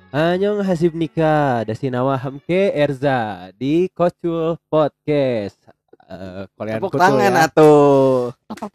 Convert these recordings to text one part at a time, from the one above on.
Anyong hasib nikah Dasinawa Hamke Erza di Kocul Podcast. Korean Tepuk Kocul tangan ya. atuh.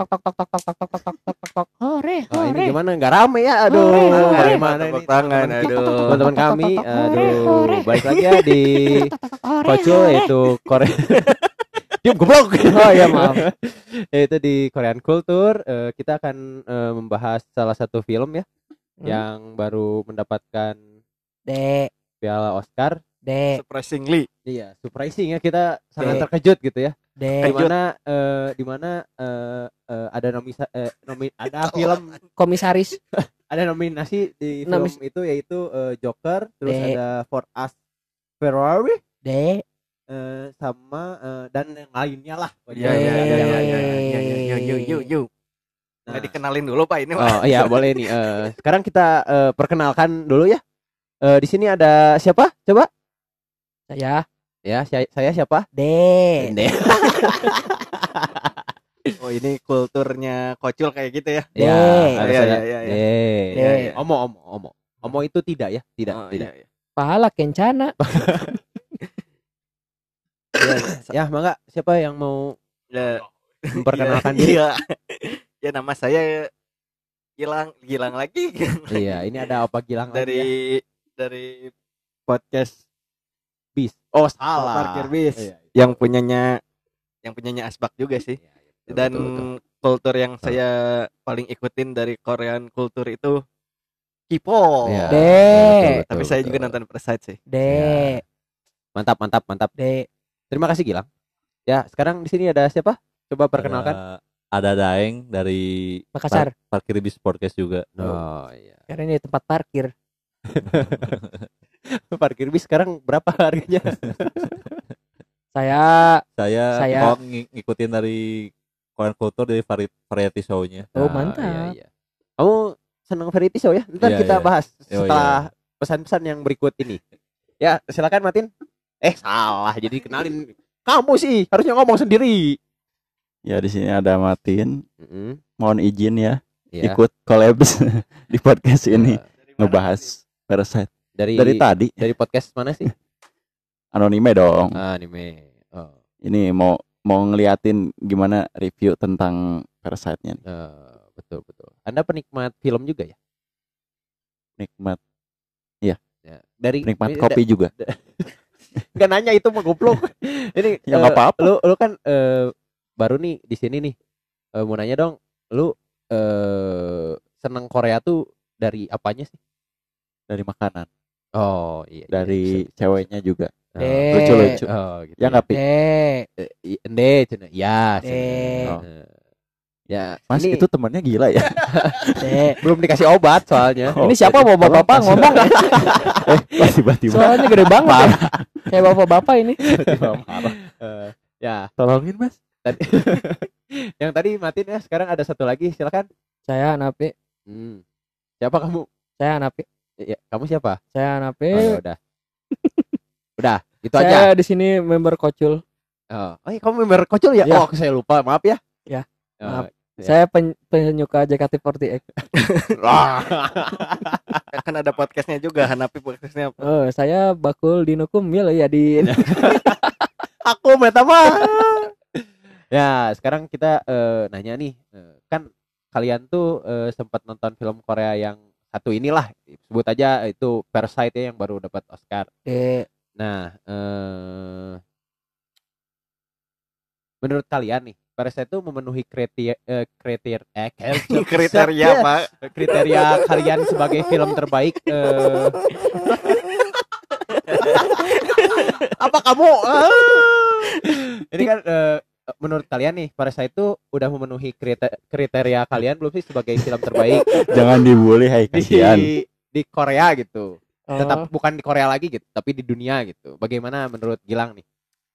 Hore, Ini hore. gimana? Nggak rame ya? Aduh, Hore, gimana Tepuk ini tangan, teman-teman kita, aduh. teman-teman kami. Hore. Aduh, balik lagi ya di Hore, Kocul hore. yaitu Korea. Diam goblok. Oh ya maaf. Yaitu di Korean Culture. Kita akan membahas salah satu film ya yang baru mendapatkan Dek, piala Oscar. dek, Surprisingly. Iya, surprising ya, kita sangat Dek. terkejut gitu ya. dek. Di mana ada ada film, Komisaris. ada nominasi di film itu yaitu Joker, terus Dek. ada For Us Ferrari, Dek. sama dan yang lainnya lah. Iya, Pokoknya iya, ada iya, yang iya, lainnya. iya, iya, iya, iya, iya. Nah. Nggak dikenalin dulu Pak ini. Oh iya boleh nih. Sekarang kita perkenalkan dulu ya. Di sini ada siapa? Coba. Saya. Ya, saya siapa? Dek. Dek. Oh ini kulturnya Kocul kayak gitu ya. Ya, Dek. ada Iya, saya. iya, iya, iya. Dek. Dek. Iya. Omo. Omo itu tidak ya? Tidak, Oh, tidak. iya, iya. Pahala kencana. Ya, mangga siapa yang mau Ya, memperkenalkan diri? Iya. Ya nama saya Gilang lagi Iya, ini ada apa Gilang lagi ya? dari podcast Bis. Oh, salah. Parkir Bis. Iya, yang punyanya Asbak juga sih. iya, betul, Dan betul. kultur yang saya paling ikutin dari Korean kultur itu K-pop. Iya, Dek. Tapi saya juga nonton Parasite sih. Dek. Mantap. Dek. Terima kasih Gilang. Ya, sekarang di sini ada siapa? Coba perkenalkan. Ada Daeng dari Makassar. Parkir Bis Podcast juga. Oh, iya. Karena ini tempat parkir. Parkir bis sekarang berapa harganya? Saya. Saya ngikutin dari Korean Culture dari variety show-nya. Oh, Ah, mantap. Iya. Kamu senang variety show ya? Ntar Iya, kita iya. bahas Oh, setelah pesan-pesan yang berikut ini. Ya, silakan Martin. Salah. Jadi kenalin. Kamu sih harusnya ngomong sendiri. Ya di sini ada Martin. Mm-mm. Mohon izin ya Iya. ikut collabs di podcast ini ngebahas Parasite. Dari Dari tadi podcast mana sih? anonime dong. Anime. Oh. Ini mau ngeliatin gimana review tentang Parasite-nya. Betul. Anda penikmat film juga ya? Nikmat Ya. Dari nikmat kopi juga. Enggak nanya itu mah goblok. Ini Ya nggak apa-apa. Lu kan baru nih di sini nih. Mau nanya dong, lu seneng Korea tuh dari apanya sih? Dari makanan, Oh, iya. dari bisa. ceweknya juga. Dek. Lucu-lucu. Oh, gitu. Ya nggak Pi? Dek. Ende cenah. Ya, Dek. cenah. Oh. Ya, Mas ini itu temannya gila ya. Dek. belum dikasih obat soalnya. Oh, Ini siapa bapak-bapak ngomong? Tiba-tiba Soalnya gede banget. Kayak bapak-bapak ini. Eh, ya, tolongin Mas. tadi yang tadi Martin ya, sekarang ada satu lagi, silakan. Saya Anapi. Siapa kamu? Saya Anapi. Ya, kamu siapa? Saya Anapi. Oh, ya udah. Udah, itu aja. Saya di sini member Kocul. Kamu member Kocul ya? Ya. Oh, saya lupa. Maaf ya. Ya, Oh, maaf. ya. Saya penyuka JKT48. Wah. Kan ada podcastnya juga. Hanapi podcastnya. Oh, saya bakul dinukum ya di Aku metama. Ya, sekarang kita nanya nih. Kan kalian tuh sempat nonton film Korea yang satu inilah, sebut aja itu Parasite ya, yang baru dapat Oscar. Dek. Nah, menurut kalian nih, Parasite itu memenuhi Kriteria Pak. kriteria kalian sebagai film terbaik? Apa kamu? Ini kan menurut kalian nih, Parasite itu udah memenuhi kriteria kalian belum sih sebagai film terbaik Jangan dibully, hai kasihan. di Korea gitu? Oh, Tetap bukan di Korea lagi gitu, tapi di dunia gitu. Bagaimana menurut Gilang nih?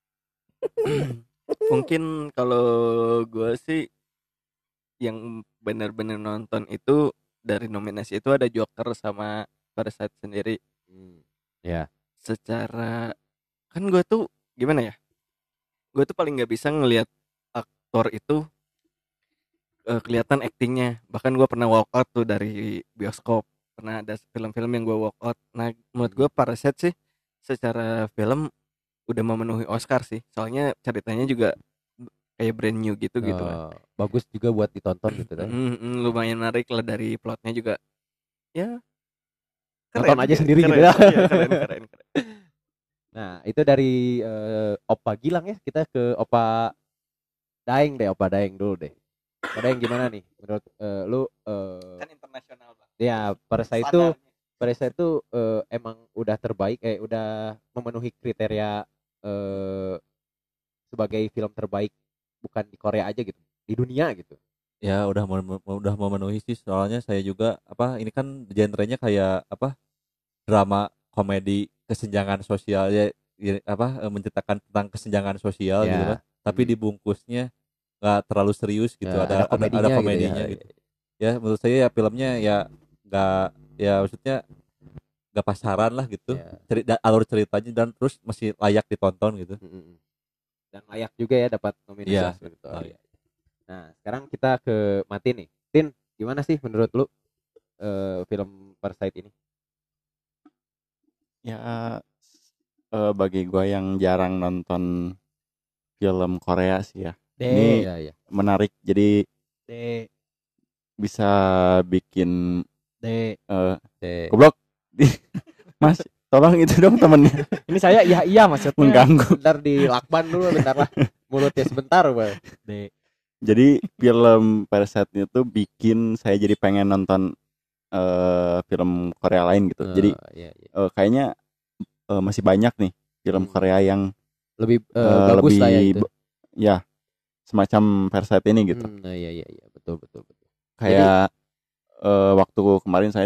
Mungkin kalau gue sih yang benar-benar nonton itu dari nominasi itu ada Joker sama Parasite sendiri. Ya. Secara kan gue tuh gimana ya? Gue tuh paling nggak bisa ngelihat aktor itu kelihatan aktingnya. Bahkan gue pernah walk out tuh dari bioskop pernah ada film-film yang gue walk out. Nah menurut gue Parasite sih secara film udah memenuhi Oscar sih, soalnya ceritanya juga kayak brand new gitu kan. Bagus juga buat ditonton gitu kan. Lumayan menarik lah, dari plotnya juga ya Nonton aja sendiri keren, gitu ya. iya, keren. Nah, itu dari Opa Gilang ya. Kita ke Opa Daeng deh, Opa Daeng dulu deh. Opa Daeng gimana nih? Menurut lu Kan internasional Bang. ya Parasite itu emang udah terbaik, udah memenuhi kriteria sebagai film terbaik bukan di Korea aja gitu, di dunia gitu. Ya udah memenuhi sih, soalnya saya juga ini kan genrenya kayak drama komedi kesenjangan sosial ya, menceritakan tentang kesenjangan sosial Ya. gitu kan, tapi dibungkusnya nggak terlalu serius gitu, Ya, ada komedinya komedinya gitu gitu. Ya menurut saya ya filmnya ya nggak, ya maksudnya nggak pasaran lah gitu, Ya. alur ceritanya, dan terus masih layak ditonton gitu. Dan layak juga ya dapat nominasi Iya, Oscar gitu. betul. Nah, sekarang kita ke Matin nih. Tin, gimana sih menurut lu film Parasite ini? Ya bagi gua yang jarang nonton film Korea sih ya, ini Ya. menarik, jadi D bisa bikin D goblok. Mas, tolong itu dong temennya, ini saya iya maksudnya mengganggu. Bentar di lakban dulu, bentar lah. Mulutnya sebentar, Bang. D Jadi film Parasite itu bikin saya jadi pengen nonton film Korea lain gitu. Jadi iya. kayaknya masih banyak nih film Korea yang Lebih bagus lah ya itu. ya semacam Parasite ini gitu. Iya, betul. Kayak waktu kemarin saya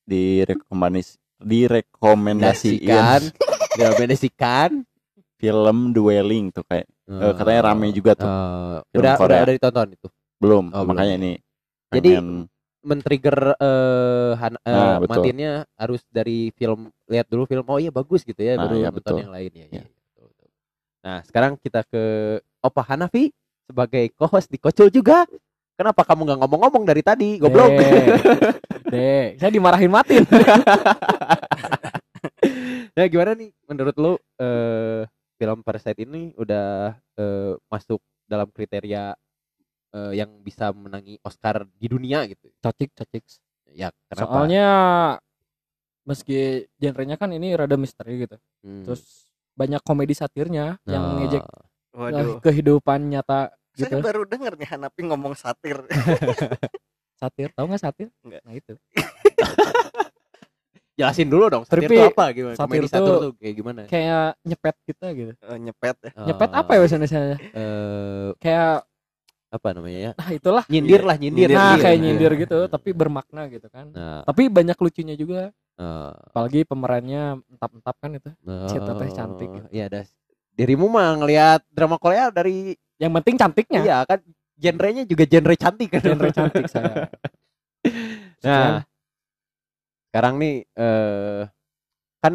Direkomendasikan film Dwelling tuh, kayak katanya rame juga tuh. Film udah Korea. ditonton itu. Belum, Oh, makanya belum. ini Jadi pengen. men-trigger Nah, betul. Matinnya harus dari film, lihat dulu film, oh iya bagus gitu ya, Nah, baru iya, nonton betul. yang lain ya. Ya. Betul. Nah, sekarang kita ke Opa Hanafi sebagai co-host di Kocul juga. Kenapa kamu nggak ngomong-ngomong dari tadi, goblok? D saya dimarahin Matin. Nah, gimana nih menurut lu film Parasite ini udah masuk dalam kriteria yang bisa menangi Oscar di dunia gitu? Cocik. Ya, kenapa? Soalnya meski genrenya kan ini rada misteri gitu. Terus banyak komedi satirnya yang ngejek Waduh, kehidupan nyata saya gitu. baru denger nih Hanapi ngomong satir. Satir, tahu nggak satir? Nggak. Nah itu. Jelasin dulu dong, satir Tapi itu apa? Gimana? satir Komedi satir tuh tuh kayak gimana? Kayak nyepet kita gitu. Nyepet ya. Nyepet apa ya bahasa Indonesia? Kayak Apa namanya ya? nah itulah. Nyindir lah, Nyindir. Nah, kayak Iya. nyindir gitu, tapi bermakna gitu kan. Nah, Tapi banyak lucunya juga. eh, Apalagi pemerannya entap-entap kan itu. Si teteh cantik gitu. Iya, dirimu mah ngelihat drama Korea dari Yang penting cantiknya. iya kan, genrenya juga genre cantik kan. Genre cantik saya. Nah, sekarang nih kan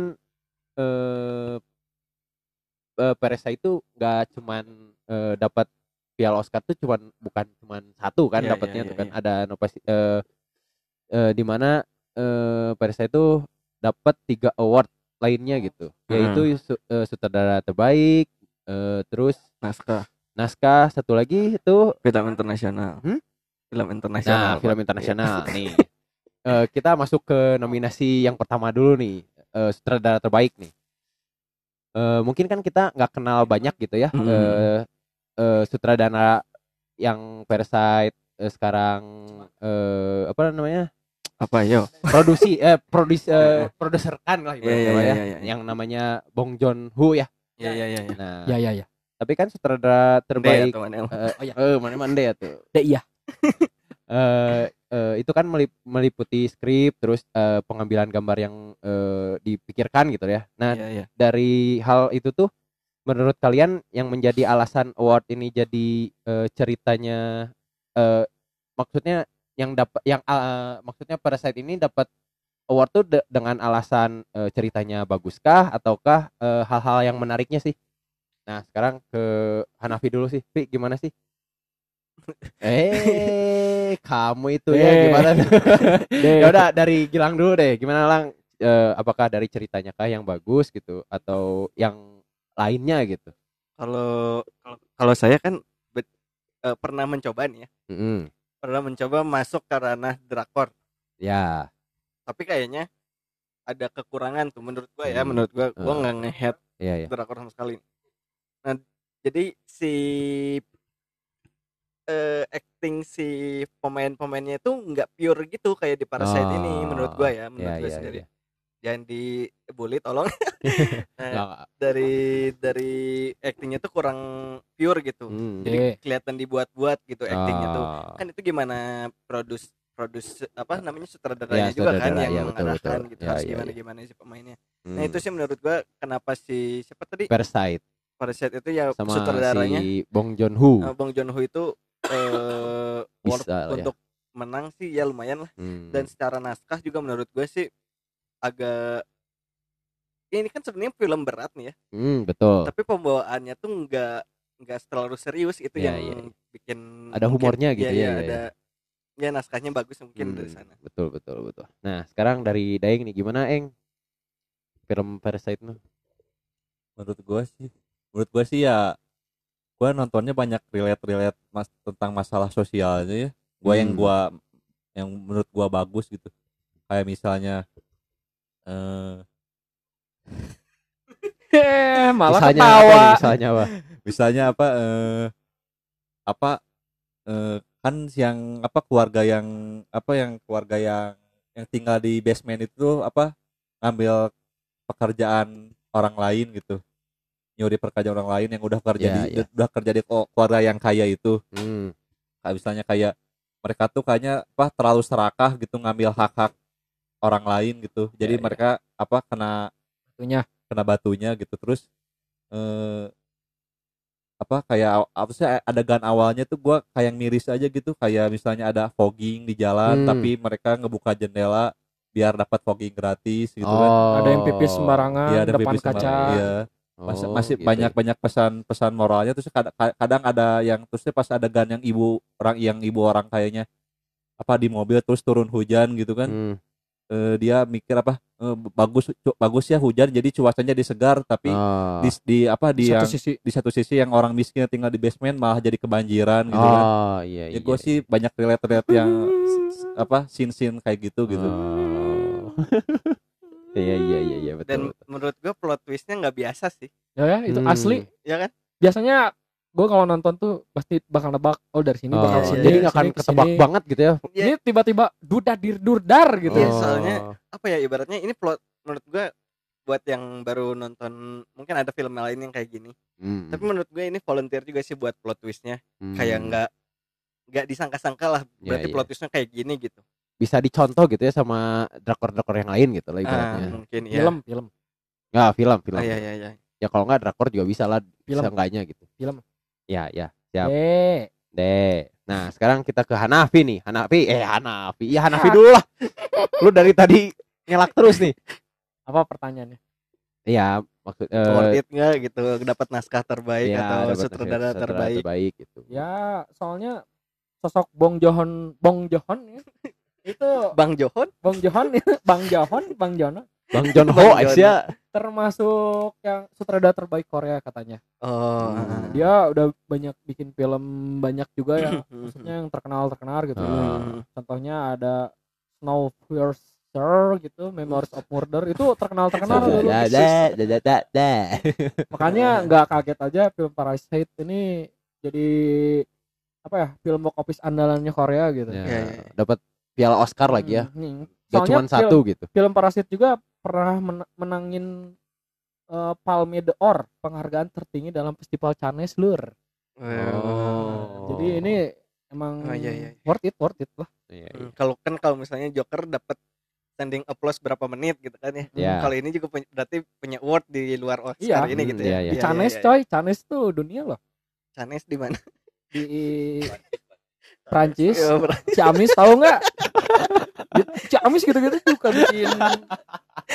Parasite itu nggak cuman dapat Piala Oscar tuh bukan cuman satu kan Iya, dapatnya iya, tuh kan, iya. ada nominasi di mana Parasite itu dapat 3 award lainnya gitu, yaitu sutradara terbaik, terus naskah, satu lagi itu Film internasional. Film internasional. nah film internasional nih. Kita masuk ke nominasi yang pertama dulu nih, sutradara terbaik nih. Mungkin kan kita nggak kenal banyak gitu ya, sutradara yang Parasite sekarang apa namanya, Apa yo? produserkan lah Iya, ibaratnya ya, iya. yang namanya Bong Joon-ho ya. Iya. Nah, Ya. tapi kan sutradara terbaik Terbaik. mana-mana deh tuh. Iya. Itu kan meliputi skrip, terus pengambilan gambar yang dipikirkan gitu ya. Nah, Iya. dari hal itu tuh, menurut kalian yang menjadi alasan award ini jadi ceritanya, maksudnya maksudnya Parasite ini dapat award tuh dengan alasan ceritanya baguskah, ataukah hal-hal yang menariknya sih? Nah, sekarang ke Hanafi dulu sih. Vi, gimana sih? Kamu itu ya gimana? Ya udah dari Gilang dulu deh. Gimana Lang? Apakah dari ceritanya kah yang bagus gitu atau yang lainnya gitu? Kalau saya kan pernah mencoba nih ya. Mm-mm. Pernah mencoba masuk ke ranah drakor. Ya. Tapi kayaknya ada kekurangan tuh menurut gua ya. Menurut gua nggak nge-head Iya. drakor sama sekali. Nah, jadi si acting si pemain-pemainnya itu nggak pure gitu kayak di Parasite ini menurut gua ya, menurut gua sendiri. Jangan dibully tolong. Nah, dari actingnya tuh kurang pure gitu. Jadi kelihatan dibuat-buat gitu actingnya tuh. Kan itu gimana produce apa namanya sutradaranya juga kan yang mengarahkan gitu harus gimana si pemainnya. Nah, itu sih menurut gua kenapa si siapa tadi? Parasite itu ya sama sutradaranya si Bong Joon-ho. Bong Joon-ho itu worth untuk menang sih ya lumayan lah. Dan secara naskah juga menurut gue sih agak ini kan sebenarnya film berat nih ya. Betul. Tapi pembawaannya tuh nggak terlalu serius itu yang bikin ada humornya gitu ya. Ada ya naskahnya bagus mungkin dari sana. Betul. Nah, sekarang dari Daeng nih gimana Eng? Film Parasite nu? Menurut gue sih ya gue nontonnya banyak relate tentang masalah sosialnya ya. Yang menurut gue bagus gitu. Kayak misalnya malah ketawa. Misalnya kan keluarga yang tinggal di basement itu ngambil pekerjaan orang lain gitu. Nyuri pekerjaan orang lain yang udah kerja di keluarga yang kaya itu. Kayak misalnya kayak mereka tuh kayaknya terlalu serakah gitu ngambil hak-hak orang lain gitu. Jadi mereka kena batunya gitu. Terus kayak adegan awalnya tuh gua kayak miris aja gitu, kayak misalnya ada fogging di jalan tapi mereka ngebuka jendela biar dapat fogging gratis gitu kan. Ada yang pipis sembarangan depan kaca. Iya. Masih gitu. banyak pesan moralnya. Terus kadang ada yang terusnya pas adegan yang ibu orang kayaknya di mobil terus turun hujan gitu kan. Dia mikir bagus ya hujan jadi cuacanya disegar, tapi di satu sisi yang orang miskin yang tinggal di basement malah jadi kebanjiran gitu kan. Ya gue sih banyak relate yang scene kayak gitu. Iya betul. Dan menurut gue plot twistnya nggak biasa sih. Ya itu asli. Ya kan? Biasanya gue kalau nonton tuh pasti bakal nebak dari sini bakal sini. Jadi nggak akan ketebak banget gitu ya. Ini tiba-tiba durdar gitu. Ya, soalnya ibaratnya ini plot menurut gue buat yang baru nonton mungkin ada film lain yang kayak gini. Tapi menurut gue ini volunteer juga sih buat plot twistnya. Kayak nggak disangka-sangka lah. Berarti plot twistnya kayak gini gitu. Bisa dicontoh gitu ya sama drakor-drakor yang lain gitu lah ibaratnya. Mungkin ya. Film. Nggak film. Iya. Ya kalau nggak drakor juga bisa lah. Bisa enggaknya gitu. Film. Ya siap. Nah sekarang kita ke Hanafi nih. Hanafi. Iya Hanafi dulu lah. Lu dari tadi ngelak terus nih. Apa pertanyaannya? Iya maksud worth it nggak gitu dapat naskah terbaik atau sutradara terbaik gitu. Ya soalnya sosok Bong Joon ya. Itu Bang Joon-ho Asia termasuk yang sutradara terbaik Korea katanya. Dia udah banyak bikin film banyak juga ya, maksudnya yang terkenal gitu. Contohnya ada Snowpiercer gitu, Memories of Murder itu terkenal dulu. Makanya nggak kaget aja film Parasite ini jadi film box office andalannya Korea gitu. Dapat piala Oscar lagi ya. Gak cuma satu gitu. Film Parasite juga pernah menangin Palme d'Or, penghargaan tertinggi dalam festival Cannes lur. Jadi ini emang worth it lah. Kalau misalnya Joker dapat standing applause berapa menit gitu kan ya. Kalau ini juga berarti punya award di luar Oscar ini gitu ya. Cannes coy, Cannes tuh dunia loh. Cannes di mana? Di Prancis. Ciamis tahu nggak? Ciamis gitu-gitu juga bikin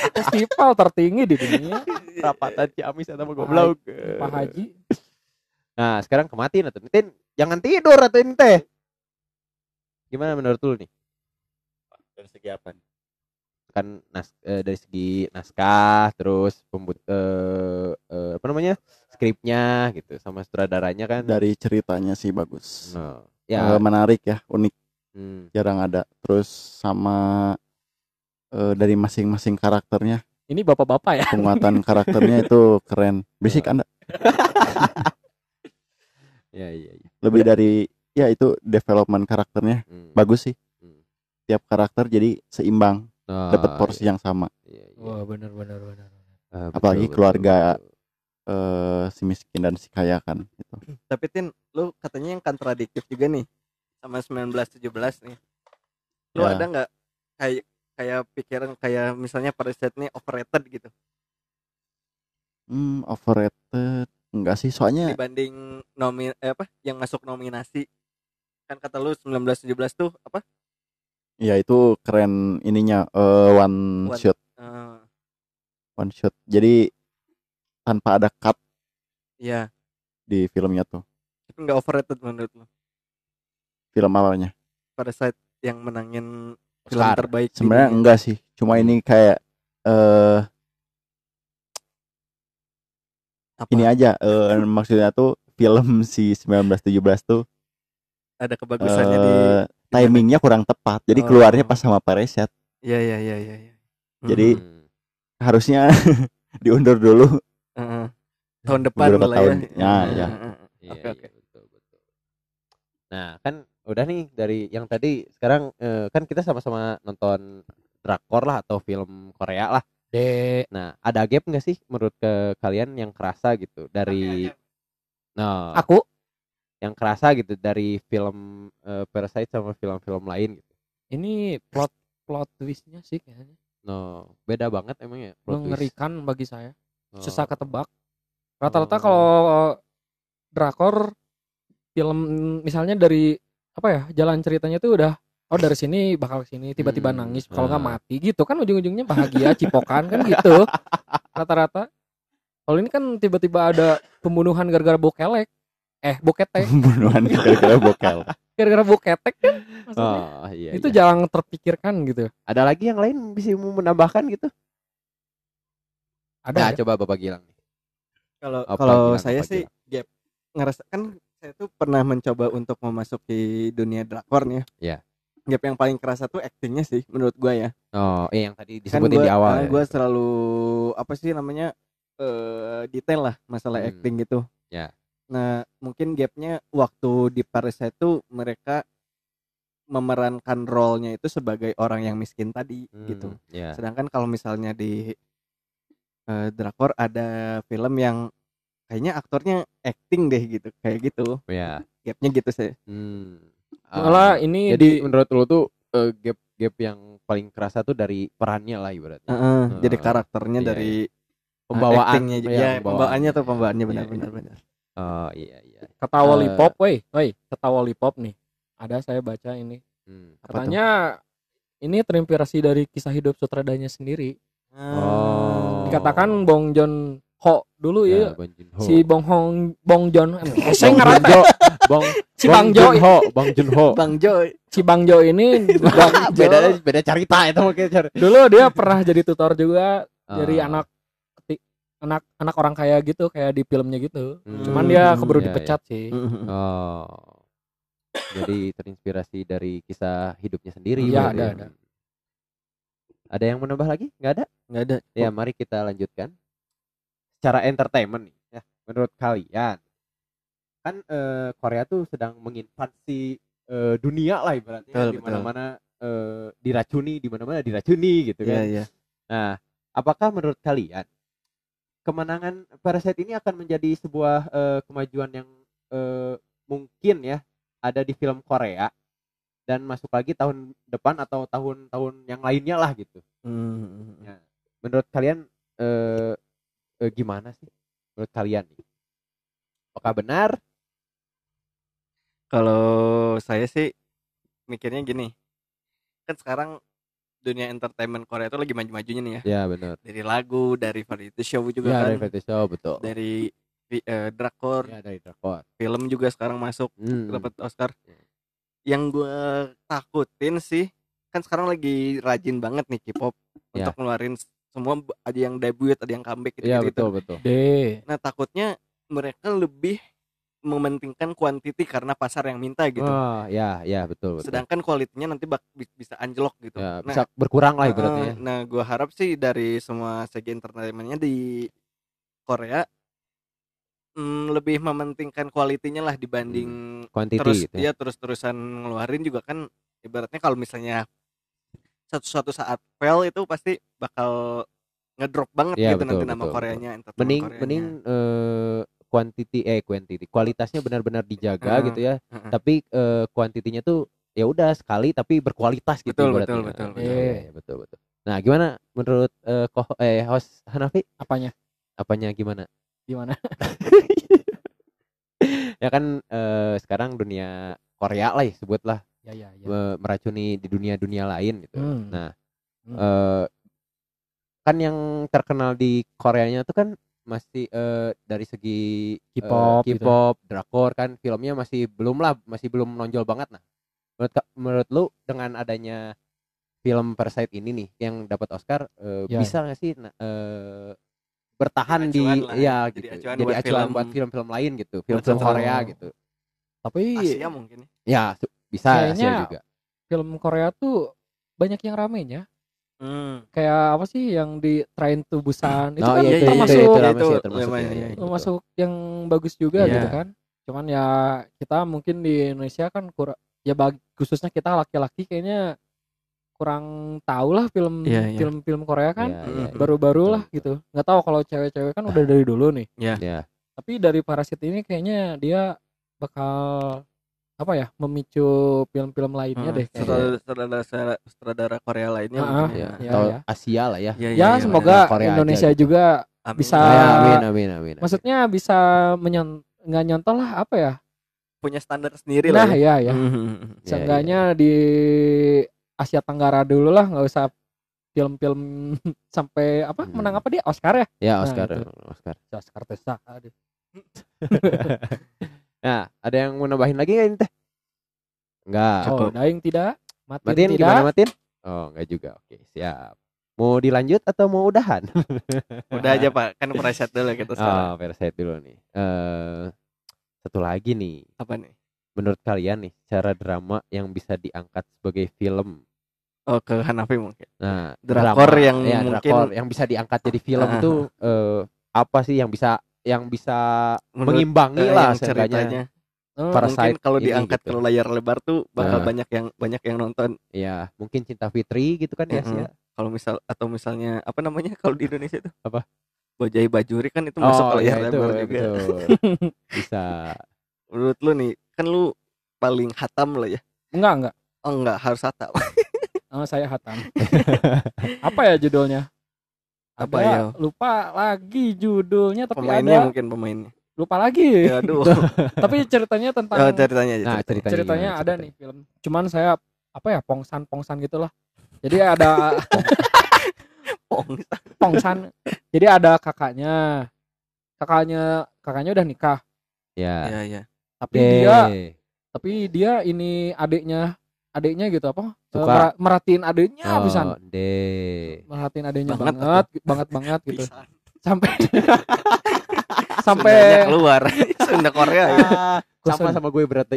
festival tertinggi di dunia. Rapatan Ciamis atau goblok. Pak Haji. Nah, sekarang kematin atau Tin, jangan tidur atau ini teh. Gimana menurut lu nih? Dari segi apa nih? Kan dari segi naskah, terus apa namanya? Skripnya gitu sama sutradaranya kan. Dari ceritanya sih bagus. No. Ya, menarik ya, unik. Jarang ada. Terus sama dari masing-masing karakternya. Ini bapak-bapak ya. Penguatan karakternya itu keren. Berisik Anda. Ya. Lebih dari ya itu development karakternya bagus sih. Tiap karakter jadi seimbang, dapat porsi yang sama. Wah, benar. Apalagi keluarga si miskin dan si kaya kan gitu. Tapi Tin, lu katanya yang kontradiktif juga nih sama 1917 nih. Lu ada nggak kayak pikiran kayak misalnya Parasite nih overrated gitu? Overrated enggak sih, soalnya dibanding yang masuk nominasi. Kan kata lu 1917 tuh apa? Ya itu keren ininya one shot. One shot. Jadi tanpa ada cut. Iya. Di filmnya tuh. Tapi enggak overrated menurut lu? Film awalnya. Parasite yang menangin film terbaik. Sebenarnya enggak sih. Cuma ini kayak ini aja maksudnya tuh film si 1917 tuh ada kebagusannya di timingnya kurang tepat. Jadi keluarnya pas sama Parasite. Iya. Jadi harusnya diundur dulu. Tahun depan lah tahun. Ya. Oke. Betul. Nah, kan udah nih dari yang tadi, sekarang kan kita sama-sama nonton drakor lah atau film Korea lah. Nah, ada gap nggak sih menurut kalian yang kerasa gitu dari aku yang kerasa gitu dari film Parasite sama film-film lain gitu? Ini plot twistnya sih kayaknya. Beda banget emang ya. Mengerikan bagi saya. Susah ketebak. Rata-rata kalau drakor film misalnya dari apa ya, jalan ceritanya tuh udah dari sini bakal ke sini, tiba-tiba nangis, kalau nggak mati gitu kan, ujung-ujungnya bahagia cipokan kan gitu rata-rata. Kalau ini kan tiba-tiba ada pembunuhan gara-gara bokelek, boketek. Pembunuhan gara-gara bokel. Gara-gara boketek kan maksudnya. Itu jarang terpikirkan gitu. Ada lagi yang lain bisa menambahkan gitu? Ada. Coba Bapak Gilang. Kalau saya sih gap ngerasa kan saya tuh pernah mencoba untuk memasuki dunia drakor nih ya. Gap yang paling kerasa tuh actingnya sih menurut gua ya. Yang tadi disebutin di awal. Gua selalu apa sih namanya detail lah masalah acting gitu. Nah mungkin gapnya waktu di Parasite itu mereka memerankan role-nya itu sebagai orang yang miskin tadi gitu. Sedangkan kalau misalnya di drakor ada film yang kayaknya aktornya acting deh gitu, kayak gitu. Gapnya gitu sih. Malah ini jadi menurut lo tuh gap yang paling kerasa tuh dari perannya lah ibaratnya. Jadi karakternya dari pembawaannya. Pembawaannya tuh pembawaannya benar. Iya. Kata Lollipop, kata Lollipop nih. Ada saya baca ini. Katanya ini terinspirasi dari kisah hidup sutradaranya sendiri. Dikatakan Bong Joon Ho dulu ya. Si Bong Joon saya ngerti. Si Bang Jo. Si Bang Jo ini beda cerita itu mungkin. Dulu dia pernah jadi tutor juga dari anak orang kaya gitu, kayak di filmnya gitu. Cuman dia keburu dipecat sih. Jadi terinspirasi dari kisah hidupnya sendiri. Iya, ada. Ada yang menambah lagi? Nggak ada. Ya, mari kita lanjutkan. Secara entertainment nih, ya, menurut kalian kan Korea tuh sedang menginvasi dunia lah ibaratnya, di mana-mana diracuni gitu kan. Nah, apakah menurut kalian kemenangan Parasite ini akan menjadi sebuah kemajuan yang mungkin ya ada di film Korea dan masuk lagi tahun depan atau tahun-tahun yang lainnya lah gitu? Ya, menurut kalian gimana sih menurut kalian nih? Apakah benar? Kalau saya sih mikirnya gini, kan sekarang dunia entertainment Korea itu lagi maju-majunya nih ya. Ya benar. Dari lagu, dari variety show juga ya, kan. Variety show betul. Dari drakor. Ya, dari drakor. Film juga sekarang masuk dapat Oscar. Yang gue takutin sih, kan sekarang lagi rajin banget nih K-pop untuk ngeluarin semua, ada yang debut, ada yang comeback gitu. Iya, betul. Nah, takutnya mereka lebih mementingkan kuantiti karena pasar yang minta gitu. Oh, ya, betul. Sedangkan kualitinya nanti bisa anjlok gitu. Ya, bisa berkurang lah ibaratnya. Nah, gue harap sih dari semua segi entertainmentnya di Korea lebih mementingkan kualitinya lah dibanding kuantiti gitu. Ya terus-terusan ngeluarin juga kan, ibaratnya kalau misalnya suatu saat fail itu pasti bakal ngedrop banget ya, gitu, betul, nanti nama Koreanya, mending kualitasnya benar-benar dijaga gitu ya. Tapi kuantitinya tuh ya udah sekali tapi berkualitas gitu. Betul. Betul. Nah, gimana menurut host Hanafi? Apanya gimana? Ya kan sekarang dunia Korea lah sebutlah. Ya. Meracuni di dunia lain gitu. Nah, kan yang terkenal di Koreanya tuh kan masih dari segi K-pop, gitu. Drakor kan filmnya masih belum menonjol banget. Nah, menurut lu dengan adanya film Parasite ini nih yang dapat Oscar, bisa nggak sih bertahan jadi acuan buat film-film lain gitu, film-film Korea gitu. Tapi Asia mungkin ya bisa Asia juga. Film Korea tuh banyak yang ramenya. Kayak apa sih yang di Train to Busan itu kan termasuk yang bagus juga gitu kan. Cuman ya kita mungkin di Indonesia kan khususnya kita laki-laki kayaknya kurang tahu lah film Korea kan. Baru-baru lah gitu. Nggak tahu kalau cewek-cewek kan udah dari dulu nih. Tapi dari Parasite ini kayaknya dia bakal memicu film-film lainnya deh. Sutradara Korea lainnya atau Asia lah ya. Ya semoga Indonesia juga bisa. Amin. Maksudnya bisa nggak nyontoh lah punya standar sendiri lah. Nah ya. Seenggaknya di Asia Tenggara dulu lah, nggak usah film-film sampai menang dia Oscar ya? Ya Oscar. Oscar Tesa. Nah, ada yang mau nambahin lagi nggak ini teh? Enggak. Daing tidak. Matin tidak. Gimana Matin? Oh, enggak juga. Oke, siap. Mau dilanjut atau mau udahan? Udah aja Pak, kan Parasite dulu kita sekarang. Parasite dulu nih. Satu lagi nih. Apa nih? Menurut kalian nih, cara drama yang bisa diangkat sebagai film? Ke Hanafi mungkin. Nah, drakor yang mungkin drakor yang bisa diangkat jadi film tuh apa sih yang bisa mengimbangi lah ceritanya. Mungkin kalau diangkat gitu. Ke layar lebar tuh bakal banyak yang nonton. Ya, mungkin Cinta Fitri gitu kan ya. Kalau misalnya apa namanya kalau di Indonesia itu? Apa? Bajai Bajuri kan itu masuk ke layar lebar juga. Betul. Bisa. Menurut lu nih, kan lu paling hatam lah ya? Enggak. Oh enggak, harus hatam. Saya hatam. Apa ya judulnya? Apa ya? Lupa lagi judulnya, tapi pemainnya mungkin lupa lagi. Aduh. Tapi ceritanya tentang ceritanya ada nih film. Cuman saya pongsan gitulah. Jadi ada pongsan. Jadi ada kakaknya udah nikah. Ya. Tapi dia ini adiknya gitu suka merhatiin adiknya pisan. Merhatiin adiknya banget gitu. Sampai keluar Sunda Korea ya. Sama gue berarti.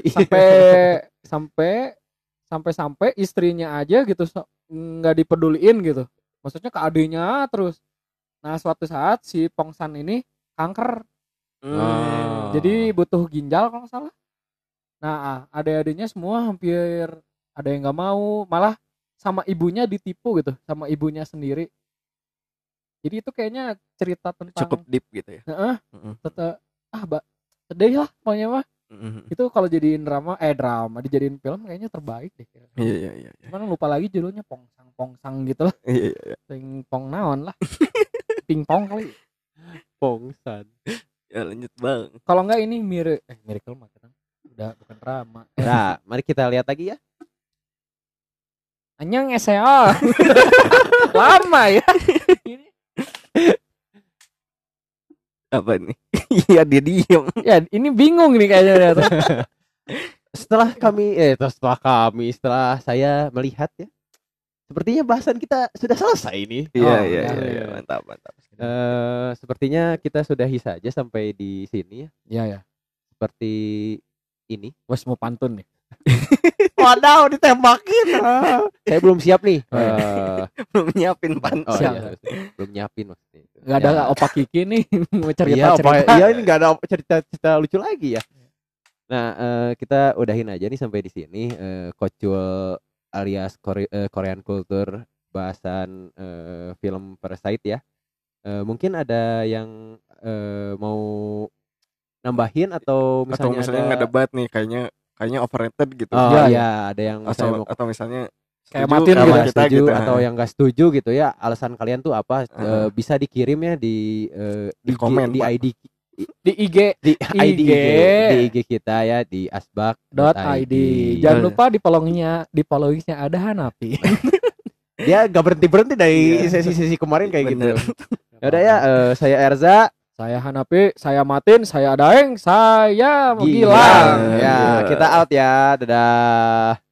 Sampai istrinya aja gitu nggak dipeduliin gitu. Maksudnya ke adiknya terus. Nah, suatu saat si Pongsan ini kanker. Jadi butuh ginjal kalau nggak salah. Nah, adik-adiknya semua hampir ada yang nggak mau, malah sama ibunya ditipu gitu, sama ibunya sendiri. Jadi itu kayaknya cerita tentang cukup deep gitu ya. Sedih lah pokoknya mah. Itu kalau jadiin drama dijadiin film kayaknya terbaik deh. Iya. Cuman lupa lagi judulnya pongsang gitu lah. Iya. Pingpong naon lah. Pingpong kali. Pongsan. Ya lanjut Bang. Kalau enggak ini Miracle mah kan. Udah bukan drama. Nah, mari kita lihat lagi ya. Anyang SEO. Lama ya. Apa nih? Iya dia diem. Ya ini bingung nih kayaknya. Setelah saya melihat ya, sepertinya bahasan kita sudah selesai ini. Iya, mantap. Sepertinya kita sudahi saja sampai di sini ya. Iya. Seperti ini. Wes mau pantun nih. Waduh, ditembakin. Saya belum siap nih. Belum nyiapin pan. Iya. Belum nyiapin maksudnya. Gak ada Opa Kiki nih mau cerita. Iya, ini gak ada cerita lucu lagi ya. Nah, kita udahin aja nih sampai di sini. Kocul alias Korean Culture bahasan film Parasite ya. Mungkin ada yang mau nambahin atau misalnya ngedebat nih kayaknya overrated gitu. Iya, ada yang atau misalnya kayak matiin gitu, setuju gitu, atau yang enggak setuju gitu ya. Alasan kalian tuh apa? Bisa dikirim ya di komen di ID di IG di IG kita ya di asbak.id. Jangan lupa di followingnya ada Hanapi. Dia gak berhenti dari sesi kemarin kayak gitu. Yaudah ya, saya Erza, saya Hanapi, saya Matin, saya Daeng, saya Gilang. Ya, kita out ya. Dadah.